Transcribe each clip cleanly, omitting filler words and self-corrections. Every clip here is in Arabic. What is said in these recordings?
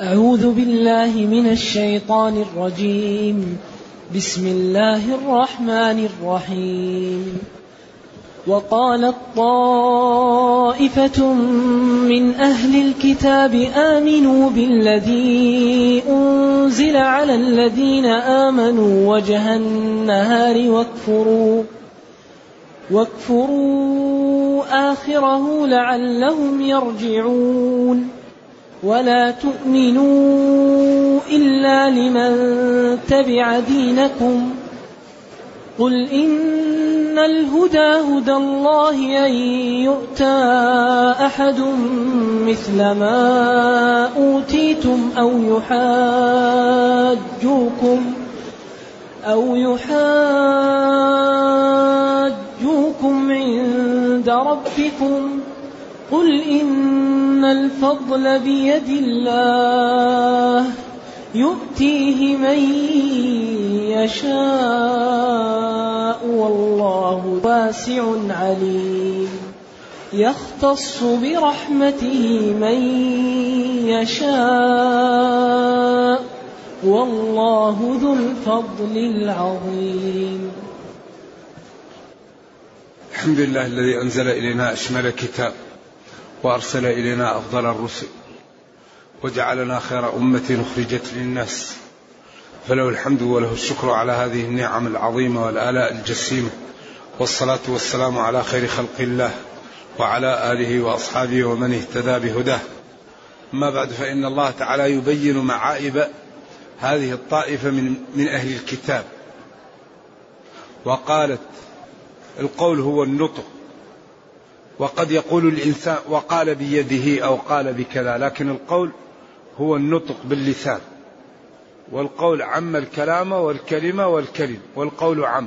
أعوذ بالله من الشيطان الرجيم. بسم الله الرحمن الرحيم. وقالت طائفة من أهل الكتاب آمنوا بالذي أنزل على الذين آمنوا وجه النهار واكفروا آخره لعلهم يرجعون. ولا تؤمنوا إلا لمن تبع دينكم. قل إن الهدى هدى الله أن يؤتى أحد مثل ما أوتيتم أو يحاجوكم عند ربكم. قل إن الفضل بيد الله يؤتيه من يشاء والله واسع عليم. يختص برحمته من يشاء والله ذو الفضل العظيم. الحمد لله الذي أنزل إلينا أشمل كتاب وأرسل إلينا أفضل الرسل وجعلنا خير أمة أخرجت للناس، فله الحمد وله الشكر على هذه النعم العظيمة والآلاء الجسيمة، والصلاة والسلام على خير خلق الله وعلى آله وأصحابه ومن اهتدى بهداه. أما بعد، فإن الله تعالى يبين معائب هذه الطائفة من أهل الكتاب. وقالت، القول هو النطق، وقد يقول الإنسان وقال بيده أو قال بكذا، لكن القول هو النطق باللسان، والقول عم الكلام والكلمة والكلم، والقول عم.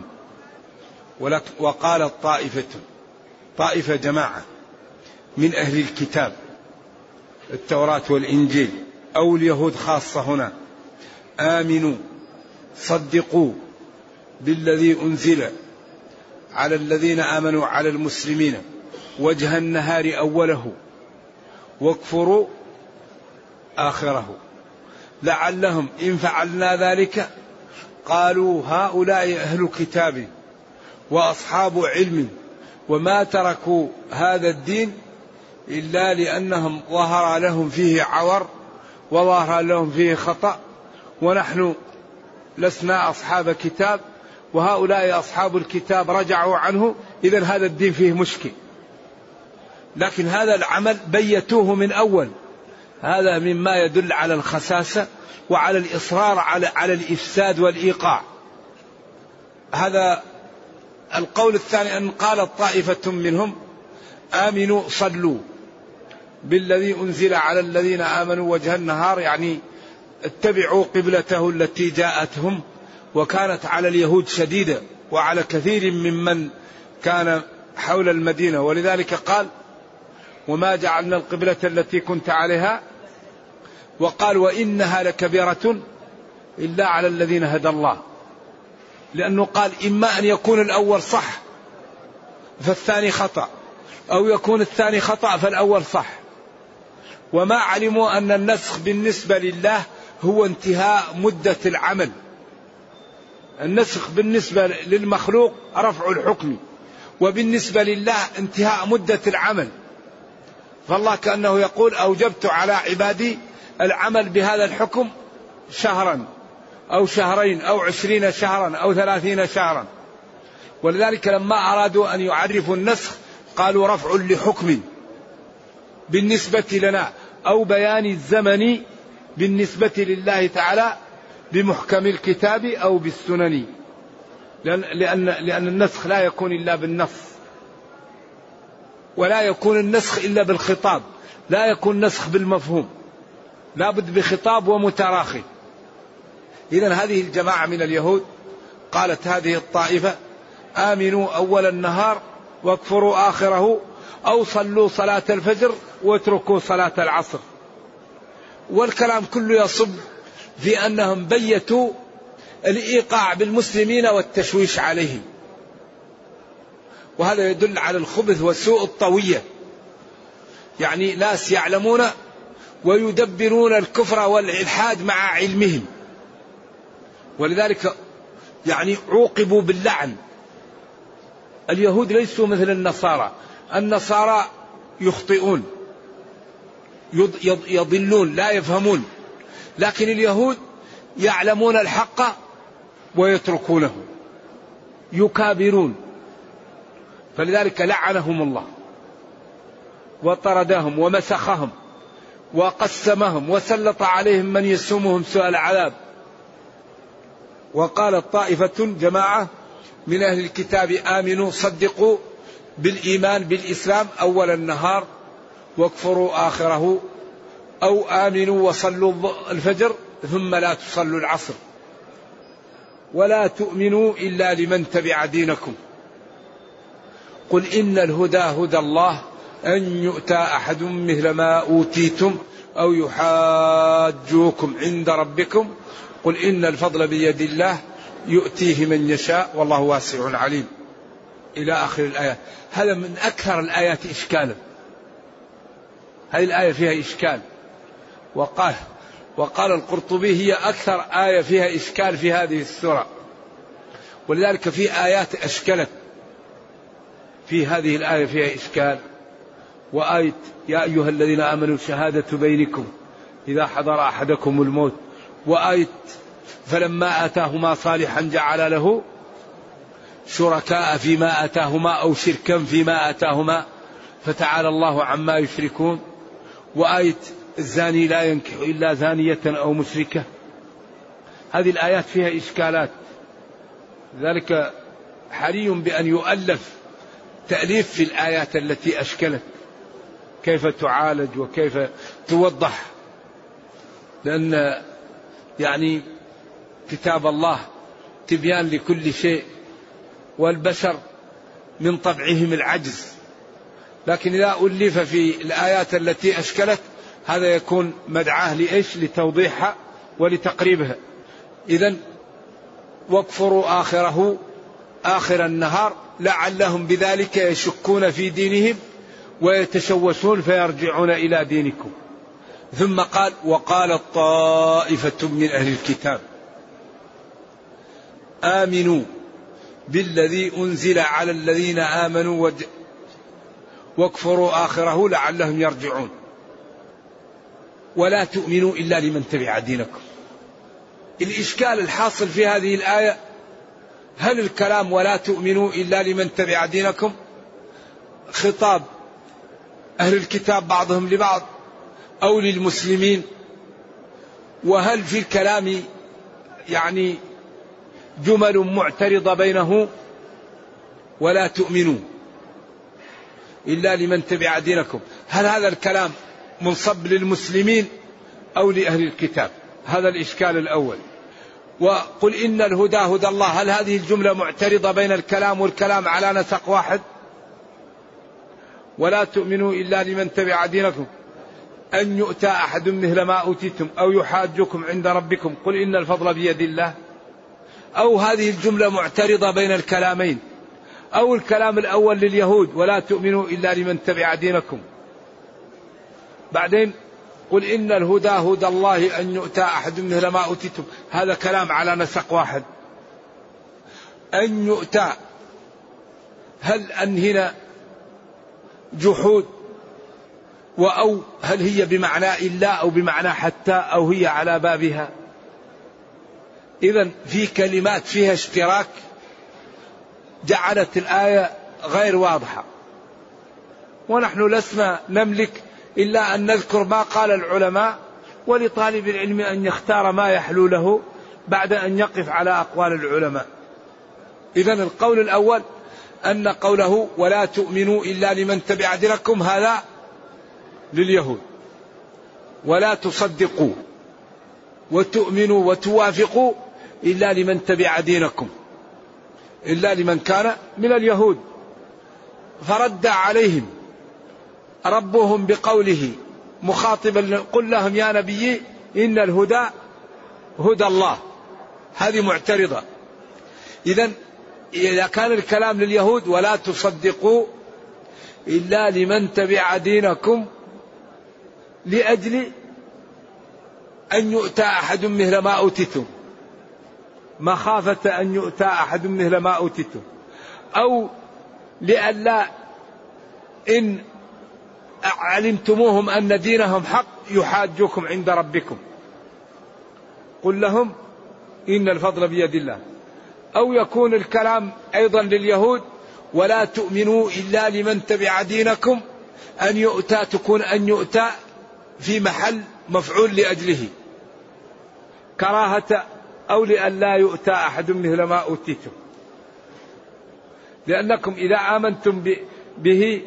وقالت طائفة جماعة من أهل الكتاب التوراة والإنجيل أو اليهود خاصة هنا، آمنوا صدقوا بالذي أنزل على الذين آمنوا على المسلمين وجه النهار أوله واكفروا آخره لعلهم إن فعلنا ذلك قالوا هؤلاء أهل كتاب وأصحاب علم وما تركوا هذا الدين إلا لأنهم ظهر لهم فيه عور وظهر لهم فيه خطأ، ونحن لسنا أصحاب كتاب وهؤلاء أصحاب الكتاب رجعوا عنه، إذن هذا الدين فيه مشكل. لكن هذا العمل بيتوه من أول، هذا مما يدل على الخساسة وعلى الإصرار على الإفساد والإيقاع. هذا القول الثاني، أن قالت طائفة منهم آمنوا صلوا بالذي أنزل على الذين آمنوا وجه النهار، يعني اتبعوا قبلته التي جاءتهم، وكانت على اليهود شديدة وعلى كثير ممن كان حول المدينة، ولذلك قال وما جعلنا القبلة التي كنت عليها، وقال وإنها لكبيرة إلا على الذين هدى الله، لأنه قال إما أن يكون الأول صح فالثاني خطأ، أو يكون الثاني خطأ فالأول صح. وما علموا أن النسخ بالنسبة لله هو انتهاء مدة العمل. النسخ بالنسبة للمخلوق رفع الحكم، وبالنسبة لله انتهاء مدة العمل. فالله كأنه يقول أوجبت على عبادي العمل بهذا الحكم شهرا أو شهرين أو 20 شهرا أو 30 شهرا. ولذلك لما أرادوا أن يعرفوا النسخ قالوا رفع لحكم بالنسبة لنا، أو بيان الزمن بالنسبة لله تعالى بمحكم الكتاب أو بالسنن، لأن النسخ لا يكون إلا بالنص، ولا يكون النسخ إلا بالخطاب، لا يكون نسخ بالمفهوم، لا بد بخطاب ومتراخي. إذن هذه الجماعة من اليهود قالت هذه الطائفة آمنوا أول النهار واكفروا آخره، أو صلوا صلاة الفجر واتركوا صلاة العصر. والكلام كله يصب في أنهم بيتوا الإيقاع بالمسلمين والتشويش عليهم، وهذا يدل على الخبث وسوء الطوية. يعني ناس يعلمون ويدبرون الكفر والإلحاد مع علمهم، ولذلك يعني عوقبوا باللعن. اليهود ليسوا مثل النصارى، النصارى يخطئون يضلون لا يفهمون، لكن اليهود يعلمون الحق ويتركونه، يكابرون، فلذلك لعنهم الله وطردهم ومسخهم وقسمهم وسلط عليهم من يسومهم سوء العذاب. وقالت طائفة جماعة من أهل الكتاب آمنوا صدقوا بالإيمان بالإسلام أول النهار واكفروا آخره، أو آمنوا وصلوا الفجر ثم لا تصلوا العصر، ولا تؤمنوا إلا لمن تبع دينكم. قل إن الهدى هدى الله أن يؤتى أحد مثل ما أوتيتم أو يحاجوكم عند ربكم قل إن الفضل بيد الله يؤتيه من يشاء والله واسع عليم، إلى آخر الآية. هذا من أكثر الآيات إشكالا، هذه الآية فيها إشكال. وقال القرطبي هي أكثر آية فيها إشكال في هذه السورة، ولذلك في آيات أشكلت، في هذه الآية فيها إشكال. وآية يا أيها الذين آمنوا شهادة بينكم إذا حضر أحدكم الموت، وآية فلما آتاهما صالحا جعل له شركاء فيما آتاهما أو شركا فيما آتاهما فتعالى الله عما يشركون، وآية الزاني لا ينكح إلا زانية أو مشركة. هذه الآيات فيها إشكالات، لذلك حري بأن يؤلف تأليف في الآيات التي أشكلت، كيف تعالج وكيف توضح، لأن يعني كتاب الله تبيان لكل شيء، والبشر من طبعهم العجز، لكن إذا ألف في الآيات التي أشكلت هذا يكون مدعاة لإيش؟ لتوضيحها ولتقريبها. إذن واكفروا آخره آخر النهار لعلهم بذلك يشكون في دينهم ويتشوشون فيرجعون إلى دينكم. ثم قال وقالت طائفة من أهل الكتاب آمنوا بالذي أنزل على الذين آمنوا واكفروا آخره لعلهم يرجعون ولا تؤمنوا إلا لمن تبع دينكم. الإشكال الحاصل في هذه الآية، هل الكلام ولا تؤمنوا إلا لمن تبع دينكم خطاب أهل الكتاب بعضهم لبعض أو للمسلمين؟ وهل في الكلام يعني جمل معترضة بينه ولا تؤمنوا إلا لمن تبع دينكم؟ هل هذا الكلام منصب للمسلمين أو لأهل الكتاب؟ هذا الإشكال الأول. وقل إن الهدى هدى الله، هل هذه الجملة معترضة بين الكلام والكلام على نسق واحد؟ ولا تؤمنوا إلا لمن تبع دينكم أن يؤتى أحد مثل ما أوتيتم أو يحاجكم عند ربكم قل إن الفضل بيد الله، أو هذه الجملة معترضة بين الكلامين، أو الكلام الأول لليهود ولا تؤمنوا إلا لمن تبع دينكم، بعدين قل إن الهدى هدى الله أن يؤتى أحد مثل ما أوتيتم، هذا كلام على نسق واحد. أن يؤتى، هل أن هنا جحود وأو هل هي بمعنى إلا أو بمعنى حتى أو هي على بابها؟ إذن في كلمات فيها اشتراك جعلت الآية غير واضحة، ونحن لسنا نملك إلا أن نذكر ما قال العلماء، ولطالب العلم أن يختار ما يحلو له بعد أن يقف على أقوال العلماء. إذن القول الأول أن قوله ولا تؤمنوا إلا لمن تبع دينكم هذا لليهود، ولا تصدقوا وتؤمنوا وتوافقوا إلا لمن تبع دينكم، إلا لمن كان من اليهود. فرد عليهم ربهم بقوله مخاطبا قل لهم يا نبي إن الهدى هدى الله، هذه معترضة. إذا كان الكلام لليهود ولا تصدقوا إلا لمن تبع دينكم لأجل أن يؤتى أحد مثل ما أوتيتم، مخافة أن يؤتى أحد مثل ما أوتيتم، أو لئلا إن علمتموهم أن دينهم حق يحاجوكم عند ربكم، قل لهم إن الفضل بيد الله. أو يكون الكلام أيضا لليهود ولا تؤمنوا إلا لمن تبع دينكم، أن يؤتى تكون أن يؤتى في محل مفعول لأجله كراهة، أو لئلا يؤتى أحد مثل ما أوتيتم، لأنكم إذا آمنتم به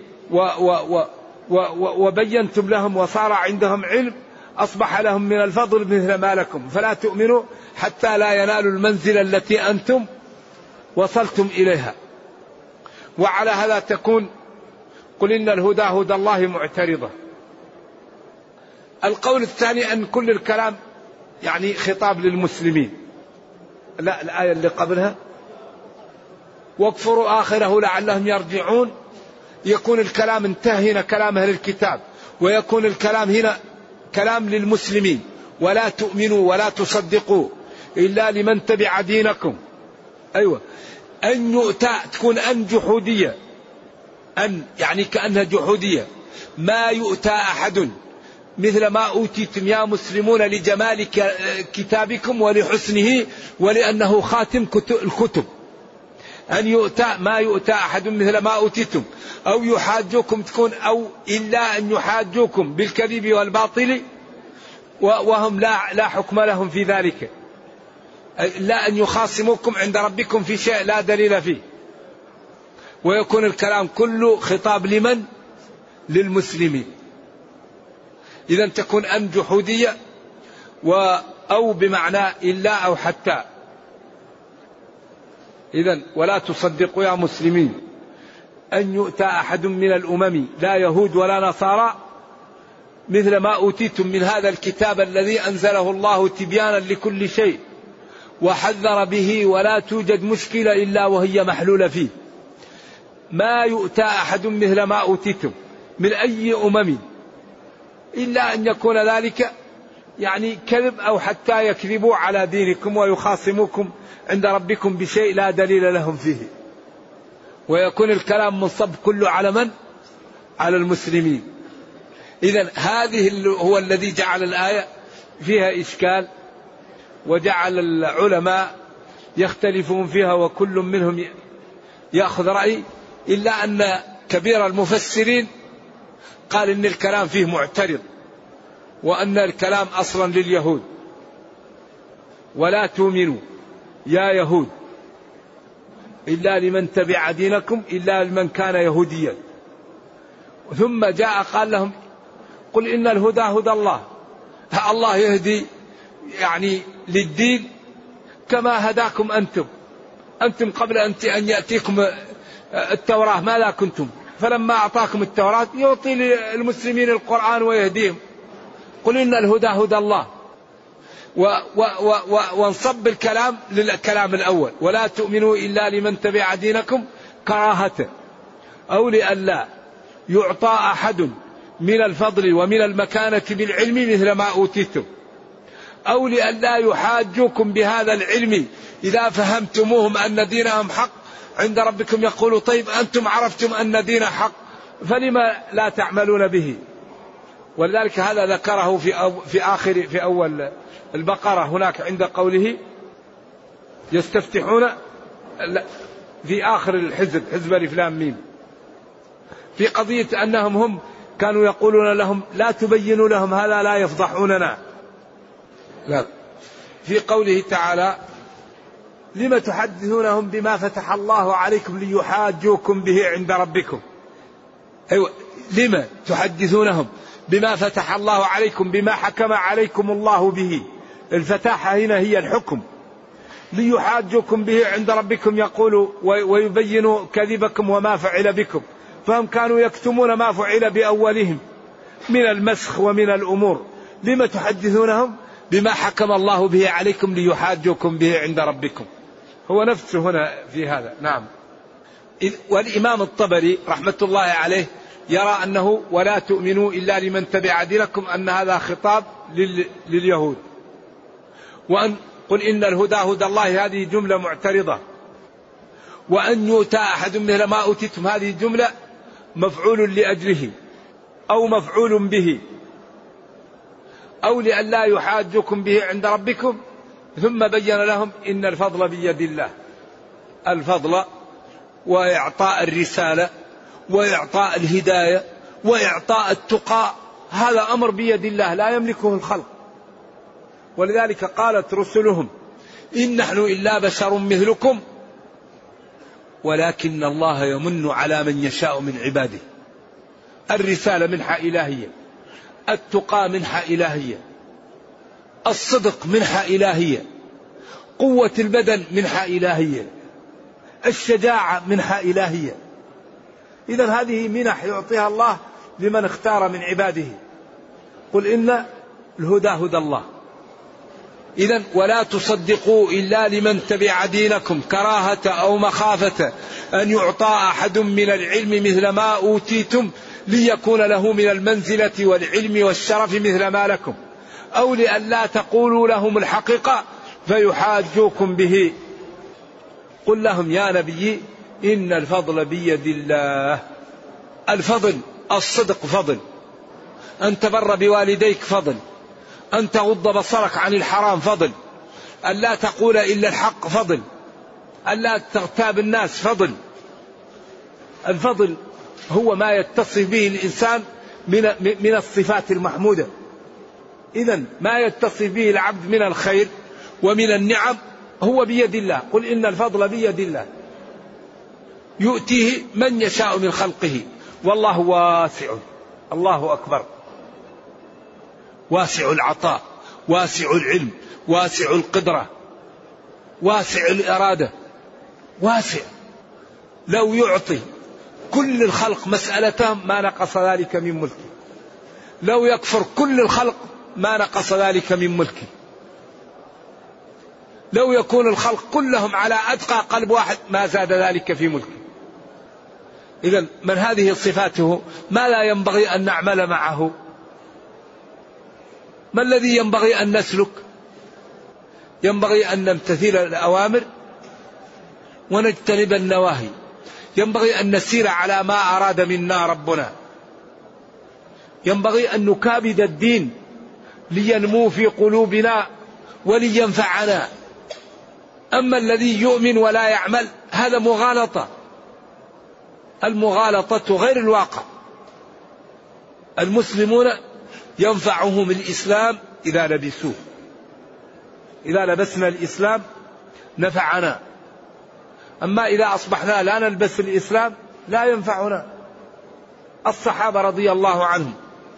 وبينتم لهم وصار عندهم علم أصبح لهم من الفضل مثل ما لكم، فلا تؤمنوا حتى لا ينالوا المنزلة التي أنتم وصلتم إليها. وعلى هذا تكون قل إن الهدى هدى الله معترضة. القول الثاني أن كل الكلام يعني خطاب للمسلمين. لا، الآية اللي قبلها واكفروا آخره لعلهم يرجعون، يكون الكلام انتهى هنا كلام أهل الكتاب، ويكون الكلام هنا كلام للمسلمين. ولا تؤمنوا ولا تصدقوا إلا لمن تبع دينكم. أيوة، أن يؤتى تكون أن جحودية، أن يعني كأنها جحودية، ما يؤتى أحد مثل ما أوتيتم يا مسلمون لجمال كتابكم ولحسنه ولأنه خاتم الكتب. أن يؤتى ما يؤتى أحد مثل ما أوتيتم، أو يحاجوكم تكون أو إلا أن يحاجوكم بالكذب والباطل وهم لا حكم لهم في ذلك، لا أن يخاصموكم عند ربكم في شيء لا دليل فيه. ويكون الكلام كله خطاب لمن؟ للمسلمين. إذا تكون أن جحودية أو بمعنى إلا أو حتى. إذا ولا تصدقوا يا مسلمين أن يؤتى أحد من الأمم لا يهود ولا نصارى مثل ما أوتيتم من هذا الكتاب الذي أنزله الله تبيانا لكل شيء وحذر به، ولا توجد مشكلة إلا وهي محلولة فيه. ما يؤتى أحد مثل ما أوتيتم من أي أمم، إلا أن يكون ذلك يعني كذب أو حتى يكذبوا على دينكم ويخاصموكم عند ربكم بشيء لا دليل لهم فيه. ويكون الكلام منصب كله على من؟ على المسلمين. إذن هذه هو الذي جعل الآية فيها إشكال، وجعل العلماء يختلفون فيها وكل منهم يأخذ رأي، إلا أن كبير المفسرين قال إن الكلام فيه معترض، وأن الكلام أصلا لليهود. ولا تؤمنوا يا يهود إلا لمن تبع دينكم إلا لمن كان يهوديا. ثم جاء قال لهم قل إن الهدى هدى الله، الله يهدي يعني للدين كما هداكم أنتم قبل أن يأتيكم التوراة ماذا كنتم، فلما أعطاكم التوراة يعطي للمسلمين القرآن ويهديهم. قل إن الهدى هدى الله، وانصب الكلام للكلام الأول ولا تؤمنوا إلا لمن تبع دينكم كراهة، أو لئلا يعطى أحد من الفضل ومن المكانة بالعلم مثل ما أوتيتم، أو لئلا يحاجوكم بهذا العلم إذا فهمتموهم أن دينهم حق عند ربكم، يقولوا طيب أنتم عرفتم أن دين حق فلما لا تعملون به. ولذلك هذا ذكره في أول البقرة هناك عند قوله يستفتحون، في آخر الحزب حزب ألف لام ميم، في قضية أنهم هم كانوا يقولون لهم لا تبينوا لهم هذا لا يفضحوننا. لا، في قوله تعالى لما تحدثونهم بما فتح الله عليكم ليحاجوكم به عند ربكم. أيوة، لما تحدثونهم بما فتح الله عليكم، بما حكم عليكم الله به. الفتاحة هنا هي الحكم، ليحاجوكم به عند ربكم، يقولوا ويبينوا كذبكم وما فعل بكم. فهم كانوا يكتمون ما فعل بأولهم من المسخ ومن الأمور. لما تحدثونهم بما حكم الله به عليكم ليحاجوكم به عند ربكم. هو نفسه هنا في هذا. نعم. والإمام الطبري رحمة الله عليه يرى أنه ولا تؤمنوا إلا لمن تبع دينكم أن هذا خطاب لليهود. وأن قل إن الهدى هدى الله هذه جملة معترضة، وأن يؤتى أحد مثل ما أوتيتم هذه جملة مفعول لأجله أو مفعول به أو لئلا يحاجكم به عند ربكم. ثم بين لهم إن الفضل بيد الله. الفضل وإعطاء الرسالة وإعطاء الهداية وإعطاء التقى هذا أمر بيد الله لا يملكه الخلق. ولذلك قالت رسلهم إن نحن إلا بشر مثلكم ولكن الله يمن على من يشاء من عباده. الرسالة منحة إلهية، التقى منحة إلهية، الصدق منحة إلهية، قوة البدن منحة إلهية، الشجاعة منحة إلهية. إذن هذه منح يعطيها الله لمن اختار من عباده. قل إن الهدى هدى الله. إذن ولا تصدقوا إلا لمن تبع دينكم كراهة أو مخافة أن يعطى أحد من العلم مثل ما أوتيتم ليكون له من المنزلة والعلم والشرف مثل ما لكم أو لئلا تقولوا لهم الحقيقة فيحاجوكم به. قل لهم يا نبي إن الفضل بيد الله. الفضل الصدق فضل، أن تبر بوالديك فضل، أن تغض بصرك عن الحرام فضل، أن لا تقول إلا الحق فضل، أن لا تغتاب الناس فضل. الفضل هو ما يتصف به الإنسان من الصفات المحمودة. إذن ما يتصف به العبد من الخير ومن النعم هو بيد الله. قل إن الفضل بيد الله يؤتيه من يشاء من خلقه والله واسع. الله أكبر. واسع العطاء، واسع العلم، واسع القدرة، واسع الإرادة، واسع. لو يعطي كل الخلق مسألتهم ما نقص ذلك من ملكه. لو يكفر كل الخلق ما نقص ذلك من ملكه. لو يكون الخلق كلهم على أتقى قلب واحد ما زاد ذلك في ملكه. إذن من هذه صفاته ما لا ينبغي أن نعمل معه؟ ما الذي ينبغي أن نسلك؟ ينبغي أن نمتثل الأوامر ونجتنب النواهي. ينبغي أن نسير على ما أراد منا ربنا. ينبغي أن نكابد الدين لينمو في قلوبنا ولينفعنا. أما الذي يؤمن ولا يعمل هذا مغالطة. المغالطة غير الواقع. المسلمون ينفعهم الإسلام إذا لبسوه. إذا لبسنا الإسلام نفعنا. أما إذا أصبحنا لا نلبس الإسلام لا ينفعنا. الصحابة رضي الله عنهم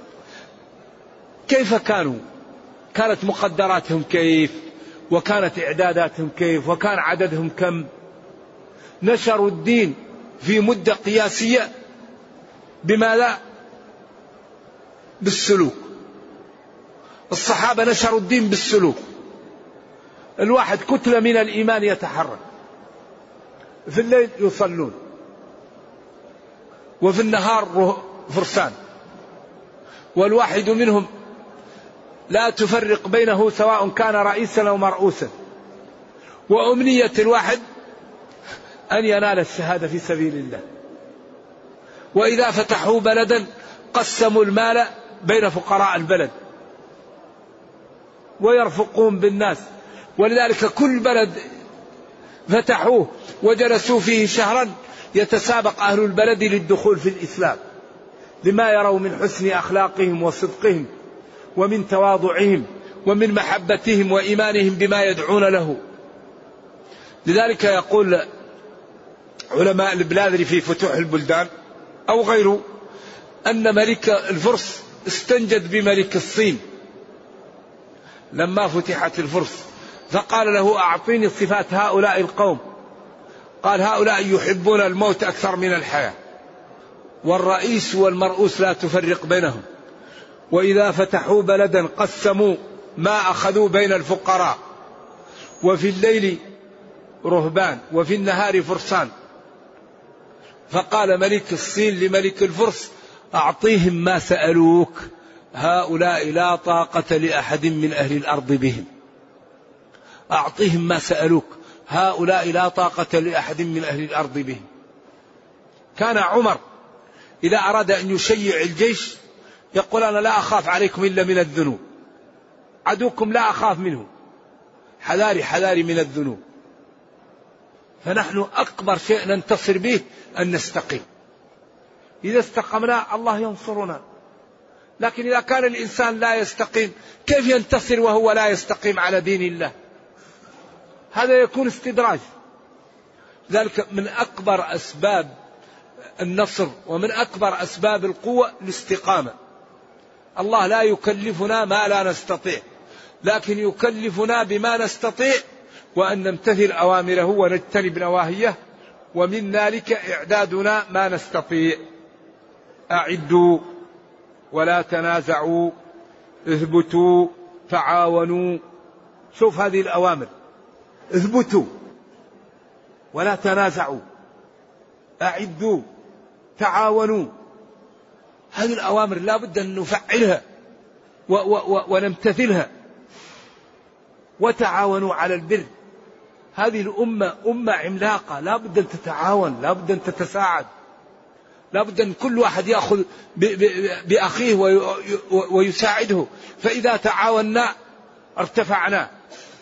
كيف كانوا؟ كانت مقدراتهم كيف؟ وكانت إعداداتهم كيف؟ وكان عددهم كم؟ نشروا الدين في مدة قياسية. بماذا؟ بالسلوك. الصحابة نشروا الدين بالسلوك. الواحد كتلة من الإيمان يتحرك. في الليل يصلون وفي النهار فرسان. والواحد منهم لا تفرق بينه سواء كان رئيسا أو مرؤوسا. وأمنية الواحد أن ينال الشهادة في سبيل الله. وإذا فتحوا بلدا قسموا المال بين فقراء البلد ويرفقون بالناس. ولذلك كل بلد فتحوه وجلسوا فيه شهرا يتسابق أهل البلد للدخول في الإسلام لما يروا من حسن أخلاقهم وصدقهم ومن تواضعهم ومن محبتهم وإيمانهم بما يدعون له. لذلك يقول علماء البلاذري في فتوح البلدان أو غيره أن ملك الفرس استنجد بملك الصين لما فتحت الفرس، فقال له أعطيني صفات هؤلاء القوم. قال هؤلاء يحبون الموت أكثر من الحياة، والرئيس والمرؤوس لا تفرق بينهم، وإذا فتحوا بلدا قسموا ما أخذوا بين الفقراء، وفي الليل رهبان وفي النهار فرسان. فقال ملك الصين لملك الفرس أعطيهم ما سألوك، هؤلاء لا طاقة لأحد من أهل الأرض بهم. أعطهم ما سألوك، هؤلاء لا طاقة لأحد من أهل الأرض بهم. كان عمر إذا أراد أن يشيع الجيش يقول أنا لا أخاف عليكم إلا من الذنوب، عدوكم لا أخاف منه، حذاري حذاري من الذنوب. فنحن أكبر شيء ننتصر به أن نستقيم. إذا استقمنا الله ينصرنا. لكن إذا كان الإنسان لا يستقيم كيف ينتصر وهو لا يستقيم على دين الله؟ هذا يكون استدراج. ذلك من أكبر أسباب النصر ومن أكبر أسباب القوة الاستقامة. الله لا يكلفنا ما لا نستطيع، لكن يكلفنا بما نستطيع، وأن نمتثل أوامره ونجتنب نواهيه، ومن ذلك إعدادنا ما نستطيع. أعدوا ولا تنازعوا اثبتوا تعاونوا. شوف هذه الأوامر، اثبتوا ولا تنازعوا، أعدوا تعاونوا. هذه الأوامر لا بد أن نفعلها ونمتثلها. وتعاونوا على البر. هذه الأمة أمة عملاقة، لا بد أن تتعاون، لا بد أن تتساعد، لا بد أن كل واحد يأخذ بأخيه ويساعده. فإذا تعاوننا ارتفعنا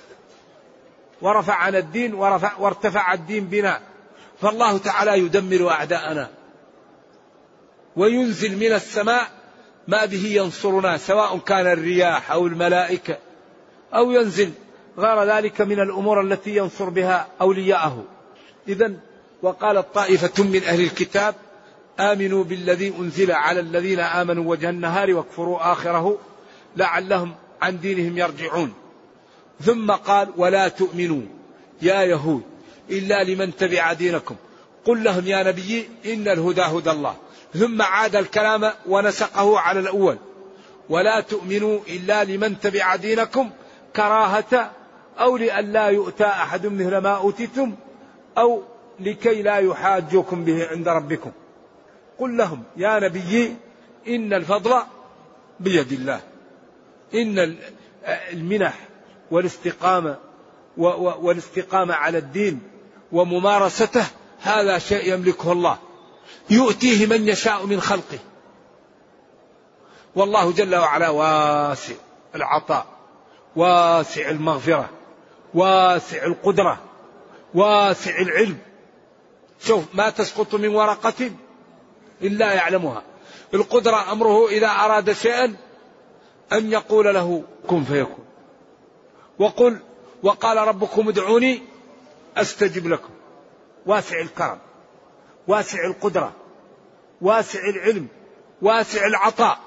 ورفعنا الدين وارتفع الدين بنا. فالله تعالى يدمر أعداءنا وينزل من السماء ما به ينصرنا، سواء كان الرياح أو الملائكة أو ينزل غير ذلك من الأمور التي ينصر بها أولياءه. إذن وقالت طائفة من أهل الكتاب آمنوا بالذي أنزل على الذين آمنوا وجه النهار واكفروا آخره لعلهم عن دينهم يرجعون. ثم قال ولا تؤمنوا يا يهود إلا لمن تبع دينكم قل لهم يا نبي إن الهدى هدى الله. ثم عاد الكلام ونسقه على الأول، ولا تؤمنوا إلا لمن تبع دينكم كراهة أو لئلا يؤتى أحد مثل ما أوتيتم أو لكي لا يحاجوكم به عند ربكم. قل لهم يا نبي إن الفضل بيد الله. إن المنح والاستقامة على الدين وممارسته هذا شيء يملكه الله، يؤتيه من يشاء من خلقه. والله جل وعلا واسع العطاء، واسع المغفرة، واسع القدرة، واسع العلم. شوف ما تسقط من ورقة إلا يعلمها. القدرة أمره إذا أراد شيئا أن يقول له كن فيكون. وقال ربكم ادعوني أستجب لكم. واسع الكرم، واسع القدرة، واسع العلم، واسع العطاء.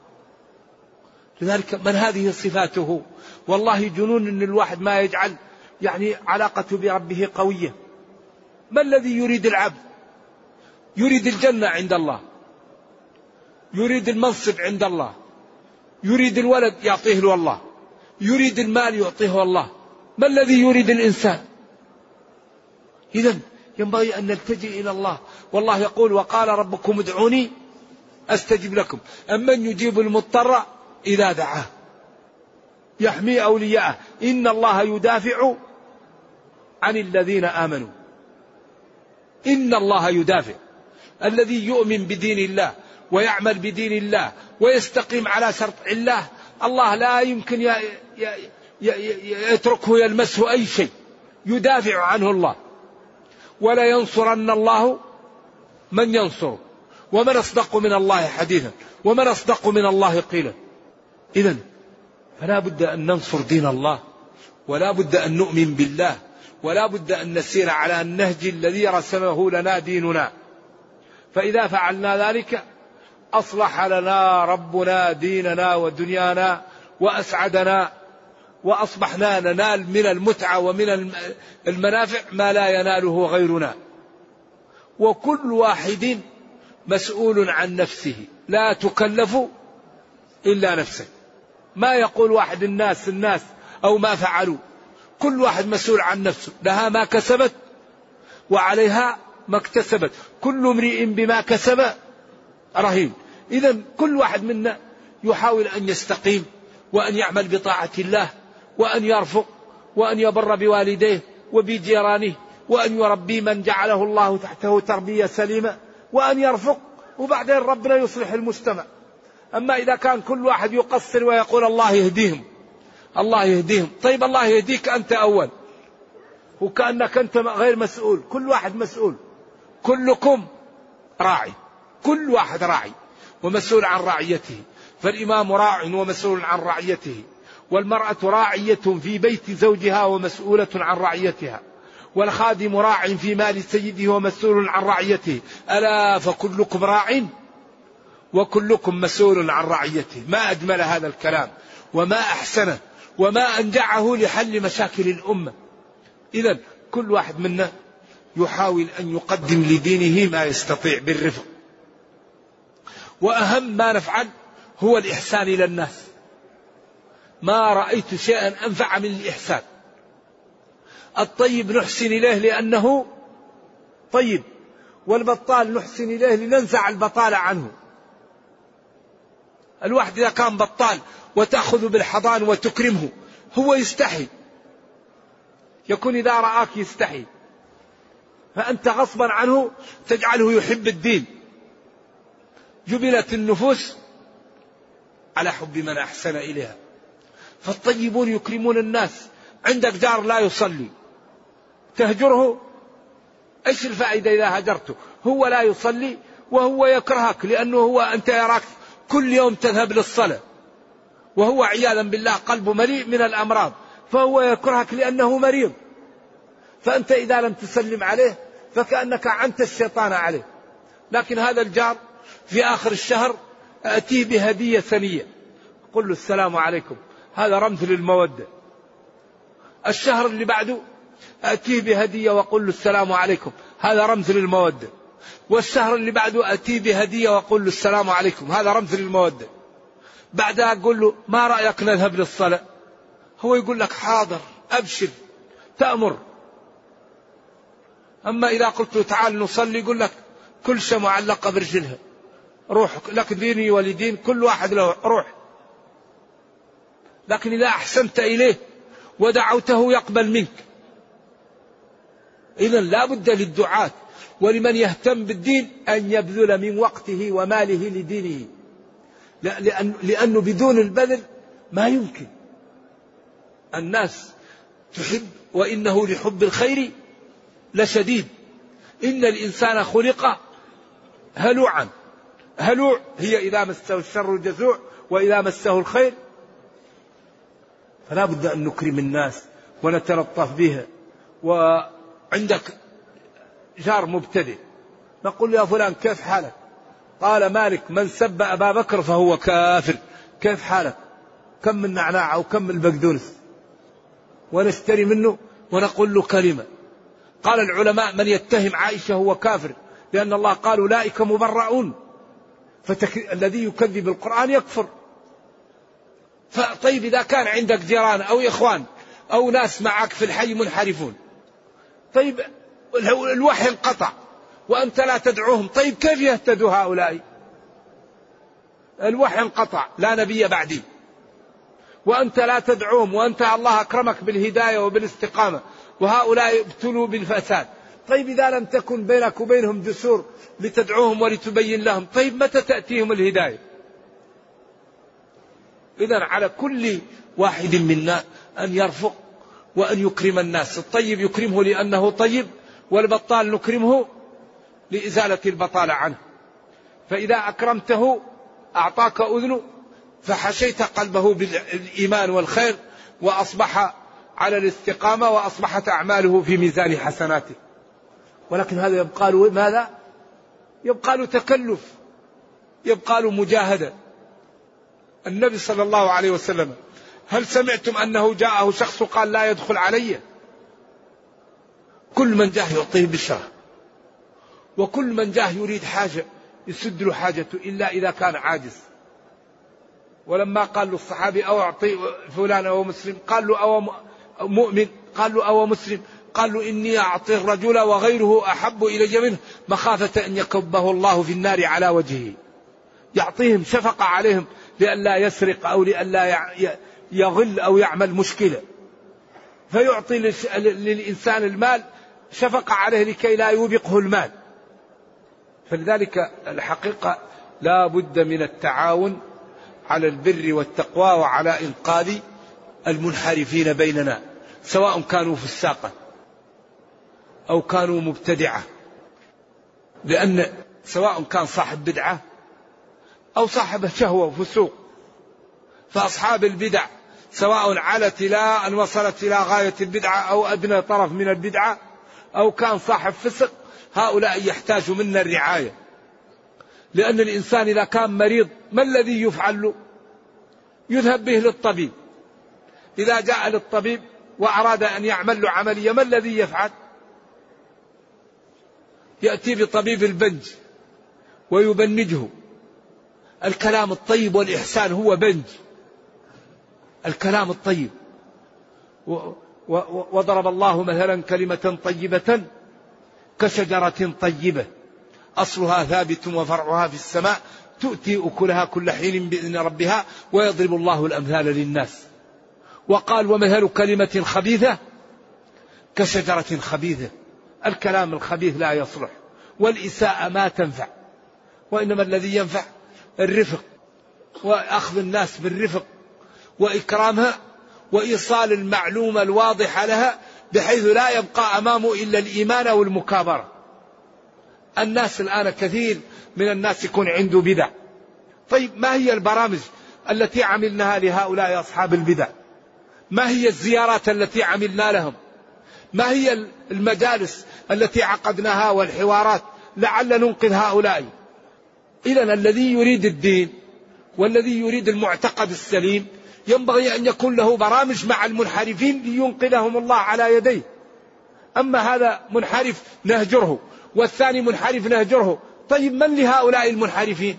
لذلك من هذه صفاته. والله جنون أن الواحد ما يجعل علاقته بربه قوية. ما الذي يريد العبد؟ يريد الجنة عند الله، يريد المنصب عند الله، يريد الولد يعطيه له الله، يريد المال يعطيه الله. ما الذي يريد الإنسان؟ إذن ينبغي أن نلتجئ إلى الله. والله يقول وقال ربكم ادعوني أستجب لكم. أمن يجيب المضطر إذا دعاه يحمي أولياءه إن الله يدافع عن الذين آمنوا. إن الله يدافع. الذي يؤمن بدين الله ويعمل بدين الله ويستقيم على شرط الله، الله لا يمكن يتركه يلمسه أي شيء، يدافع عنه الله. ولا ينصرن الله من ينصر، ومن أصدق من الله حديثا، ومن أصدق من الله قيلا. إذن فلا بد أن ننصر دين الله، ولا بد أن نؤمن بالله، ولا بد أن نسير على النهج الذي رسمه لنا ديننا. فإذا فعلنا ذلك أصلح لنا ربنا ديننا ودنيانا وأسعدنا، وأصبحنا ننال من المتعة ومن المنافع ما لا يناله غيرنا. وكل واحد مسؤول عن نفسه، لا تكلف إلا نفسه. ما يقول واحد الناس أو ما فعلوا. كل واحد مسؤول عن نفسه، لها ما كسبت وعليها ما اكتسبت، كل امرئ بما كسب رهين. إذن كل واحد منا يحاول أن يستقيم وأن يعمل بطاعة الله وأن يرفق وأن يبر بوالديه وبجيرانه، وأن يربي من جعله الله تحته تربية سليمة، وأن يرفق، وبعدين ربنا يصلح المجتمع. أما إذا كان كل واحد يقصر ويقول الله يهديهم الله يهديهم، طيب الله يهديك أنت أول، وكأنك أنت غير مسؤول. كل واحد مسؤول، كلكم راعي، كل واحد راعي ومسؤول عن رعيته. فالإمام راع ومسؤول عن رعيته، والمرأة راعية في بيت زوجها ومسؤولة عن رعيتها، والخادم راع في مال سيده ومسؤول عن رعيته. ألا فكلكم راع وكلكم مسؤول عن رعيته. ما أجمل هذا الكلام وما أحسنه وما أنجعه لحل مشاكل الأمة. إذن كل واحد منا يحاول أن يقدم لدينه ما يستطيع بالرفق. وأهم ما نفعل هو الإحسان إلى الناس. ما رأيت شيئا أنفع من الإحسان. الطيب نحسن إليه لأنه طيب، والبطال نحسن إليه لننزع البطالة عنه. الواحد إذا كان بطال وتأخذ بالحضان وتكرمه هو يستحي، يكون إذا رآك يستحي، فأنت غصبا عنه تجعله يحب الدين. جبلت النفوس على حب من أحسن إليها. فالطيبون يكرمون الناس. عندك جار لا يصلي، تهجره، ايش الفائدة إذا هجرته؟ هو لا يصلي وهو يكرهك، لأنه أنت يراك كل يوم تذهب للصلاة، وهو عياذا بالله قلبه مليء من الأمراض، فهو يكرهك لأنه مريض. فأنت إذا لم تسلم عليه فكأنك عنت الشيطان عليه. لكن هذا الجار في آخر الشهر أتيه بهدية ثانية، قل له السلام عليكم، هذا رمز للمودة. الشهر اللي بعده أتيه بهدية وقل له السلام عليكم، هذا رمز للمودة. والشهر اللي بعده أتيه بهدية وقل له السلام عليكم، هذا رمز للمودة. بعدها أقول له ما رأيك نذهب للصلاة؟ هو يقول لك حاضر أبشر تأمر. أما إذا قلت له تعال نصلي يقول لك كل شيء معلقة برجلها، روح لك ديني ولدين، كل واحد له روح. لكن إذا أحسنت إليه ودعوته يقبل منك. إذن لا بد للدعاة ولمن يهتم بالدين أن يبذل من وقته وماله لدينه، لأنه بدون البذل ما يمكن. الناس تحب، وإنه لحب الخير لشديد. إن الإنسان خلق هلوعا. هلوع هي إذا مسه الشر جزوع وإذا مسه الخير. فلا بد أن نكرم الناس ونتلطف بها. وعندك جار مبتدئ نقول يا فلان كيف حالك؟ قال مالك من سب أبا بكر فهو كافر. كيف حالك؟ كم من نعناع أو كم من البقدونس، ونشتري منه ونقول له كلمة. قال العلماء من يتهم عائشة هو كافر، لأن الله قال أولئك مبرؤون، الذي يكذب القرآن يكفر. فطيب إذا كان عندك جيران أو إخوان أو ناس معك في الحي منحرفون، طيب الوحي انقطع وأنت لا تدعوهم، طيب كيف يهتدوا هؤلاء؟ الوحي انقطع، لا نبي بعدي، وأنت لا تدعوهم، وأنت الله أكرمك بالهداية وبالاستقامة، وهؤلاء ابتلوا بالفساد. طيب إذا لم تكن بينك وبينهم جسور لتدعوهم ولتبين لهم، طيب متى تأتيهم الهداية؟ إذن على كل واحد منا أن يرفق وأن يكرم الناس. الطيب يكرمه لأنه طيب، والبطال نكرمه لإزالة البطالة عنه. فإذا أكرمته أعطاك أذنه فحشيت قلبه بالإيمان والخير، وأصبح على الاستقامة، وأصبحت أعماله في ميزان حسناته. ولكن هذا يبقى له ماذا؟ يبقى له تكلف، يبقى له مجاهدة. النبي صلى الله عليه وسلم هل سمعتم أنه جاءه شخص قال لا يدخل علي؟ كل من جاه يعطيه بشرة، وكل من جاه يريد حاجة يسد له حاجته إلا إذا كان عاجز. ولما قال له الصحابي أو أعطي فلان أو مسلم، قال له أو مؤمن، قال له أو مسلم، قال له إني أعطي الرجل وغيره أحب إلي منه مخافة أن يكبه الله في النار على وجهه. يعطيهم شفقة عليهم لئلا يسرق أو لئلا يغل أو يعمل مشكلة. فيعطي للإنسان المال شفقة عليه لكي لا يوبقه المال. فلذلك الحقيقة لا بد من التعاون على البر والتقوى وعلى إنقاذ المنحرفين بيننا، سواء كانوا فساقا أو كانوا مبتدعة، لأن سواء كان صاحب بدعة أو صاحب شهوة وفسوق، فأصحاب البدع سواء علت إلى أن وصلت إلى غاية البدعة أو أدنى طرف من البدعة أو كان صاحب فسق، هؤلاء يحتاج منا الرعاية. لأن الإنسان إذا كان مريض ما الذي يفعل له؟ يذهب به للطبيب. إذا جاء للطبيب وأراد أن يعمل له عملية ما الذي يفعل؟ يأتي بطبيب البنج ويبنجه. الكلام الطيب والإحسان هو بنج، الكلام الطيب. وضرب الله مثلا كلمة طيبة كشجرة طيبة أصلها ثابت وفرعها في السماء تؤتي أكلها كل حين بإذن ربها ويضرب الله الأمثال للناس. وقال ومثل كلمة خبيثة كشجرة خبيثة. الكلام الخبيث لا يصلح، والإساءة ما تنفع، وإنما الذي ينفع الرفق وأخذ الناس بالرفق وإكرامها وإيصال المعلومة الواضحة لها بحيث لا يبقى أمامه إلا الإيمان والمكابرة. الناس الآن كثير من الناس يكون عنده بدع. طيب ما هي البرامج التي عملناها لهؤلاء أصحاب البدع؟ ما هي الزيارات التي عملنا لهم؟ ما هي المجالس التي عقدناها والحوارات لعل ننقذ هؤلاء؟ إذن الذي يريد الدين والذي يريد المعتقد السليم ينبغي أن يكون له برامج مع المنحرفين لينقذهم الله على يديه. أما هذا منحرف نهجره والثاني منحرف نهجره، طيب من لهؤلاء المنحرفين؟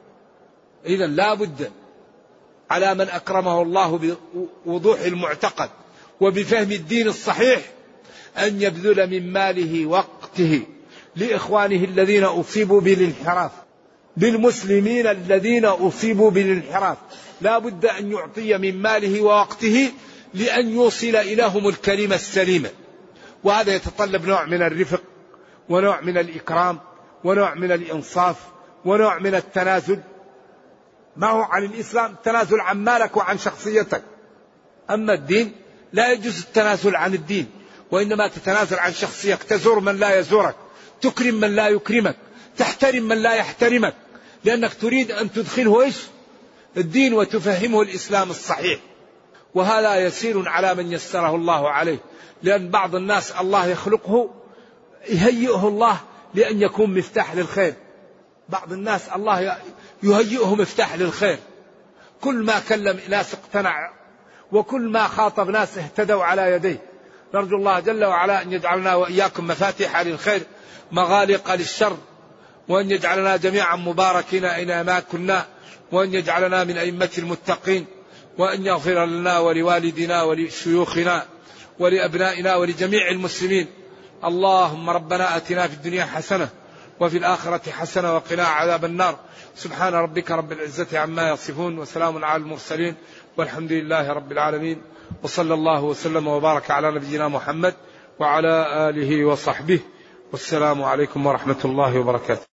إذن لا بد على من أكرمه الله بوضوح المعتقد وبفهم الدين الصحيح أن يبذل من ماله وقته لإخوانه الذين أصيبوا بالانحراف، بالمسلمين الذين أصيبوا بالانحراف. لا بد أن يعطي من ماله ووقته لأن يوصل إليهم الكلمة السليمة. وهذا يتطلب نوع من الرفق ونوع من الإكرام ونوع من الإنصاف ونوع من التنازل. ما هو عن الإسلام تنازل عن مالك وعن شخصيتك. أما الدين لا يجوز التنازل عن الدين، وإنما تتنازل عن شخصيتك، تزور من لا يزورك، تكرم من لا يكرمك، تحترم من لا يحترمك، لأنك تريد أن تدخله إيش؟ الدين وتفهمه الإسلام الصحيح. وهذا يسير على من يسره الله عليه، لأن بعض الناس الله يخلقه يهيئه الله لأن يكون مفتاح للخير. بعض الناس الله يهيئه مفتاح للخير، كل ما كلم ناس اقتنع وكل ما خاطب ناس اهتدوا على يديه. نرجو الله جل وعلا أن يجعلنا وإياكم مفاتيح للخير مغالق للشر، وأن يجعلنا جميعا مباركين أينما كنا، وأن يجعلنا من أئمة المتقين، وأن يغفر لنا ولوالدنا ولشيوخنا ولأبنائنا ولجميع المسلمين. اللهم ربنا آتنا في الدنيا حسنة وفي الآخرة حسنة وقنا عذاب النار. سبحان ربك رب العزة عما يصفون وسلام على المرسلين والحمد لله رب العالمين، وصلى الله وسلم وبارك على نبينا محمد وعلى آله وصحبه، والسلام عليكم ورحمة الله وبركاته.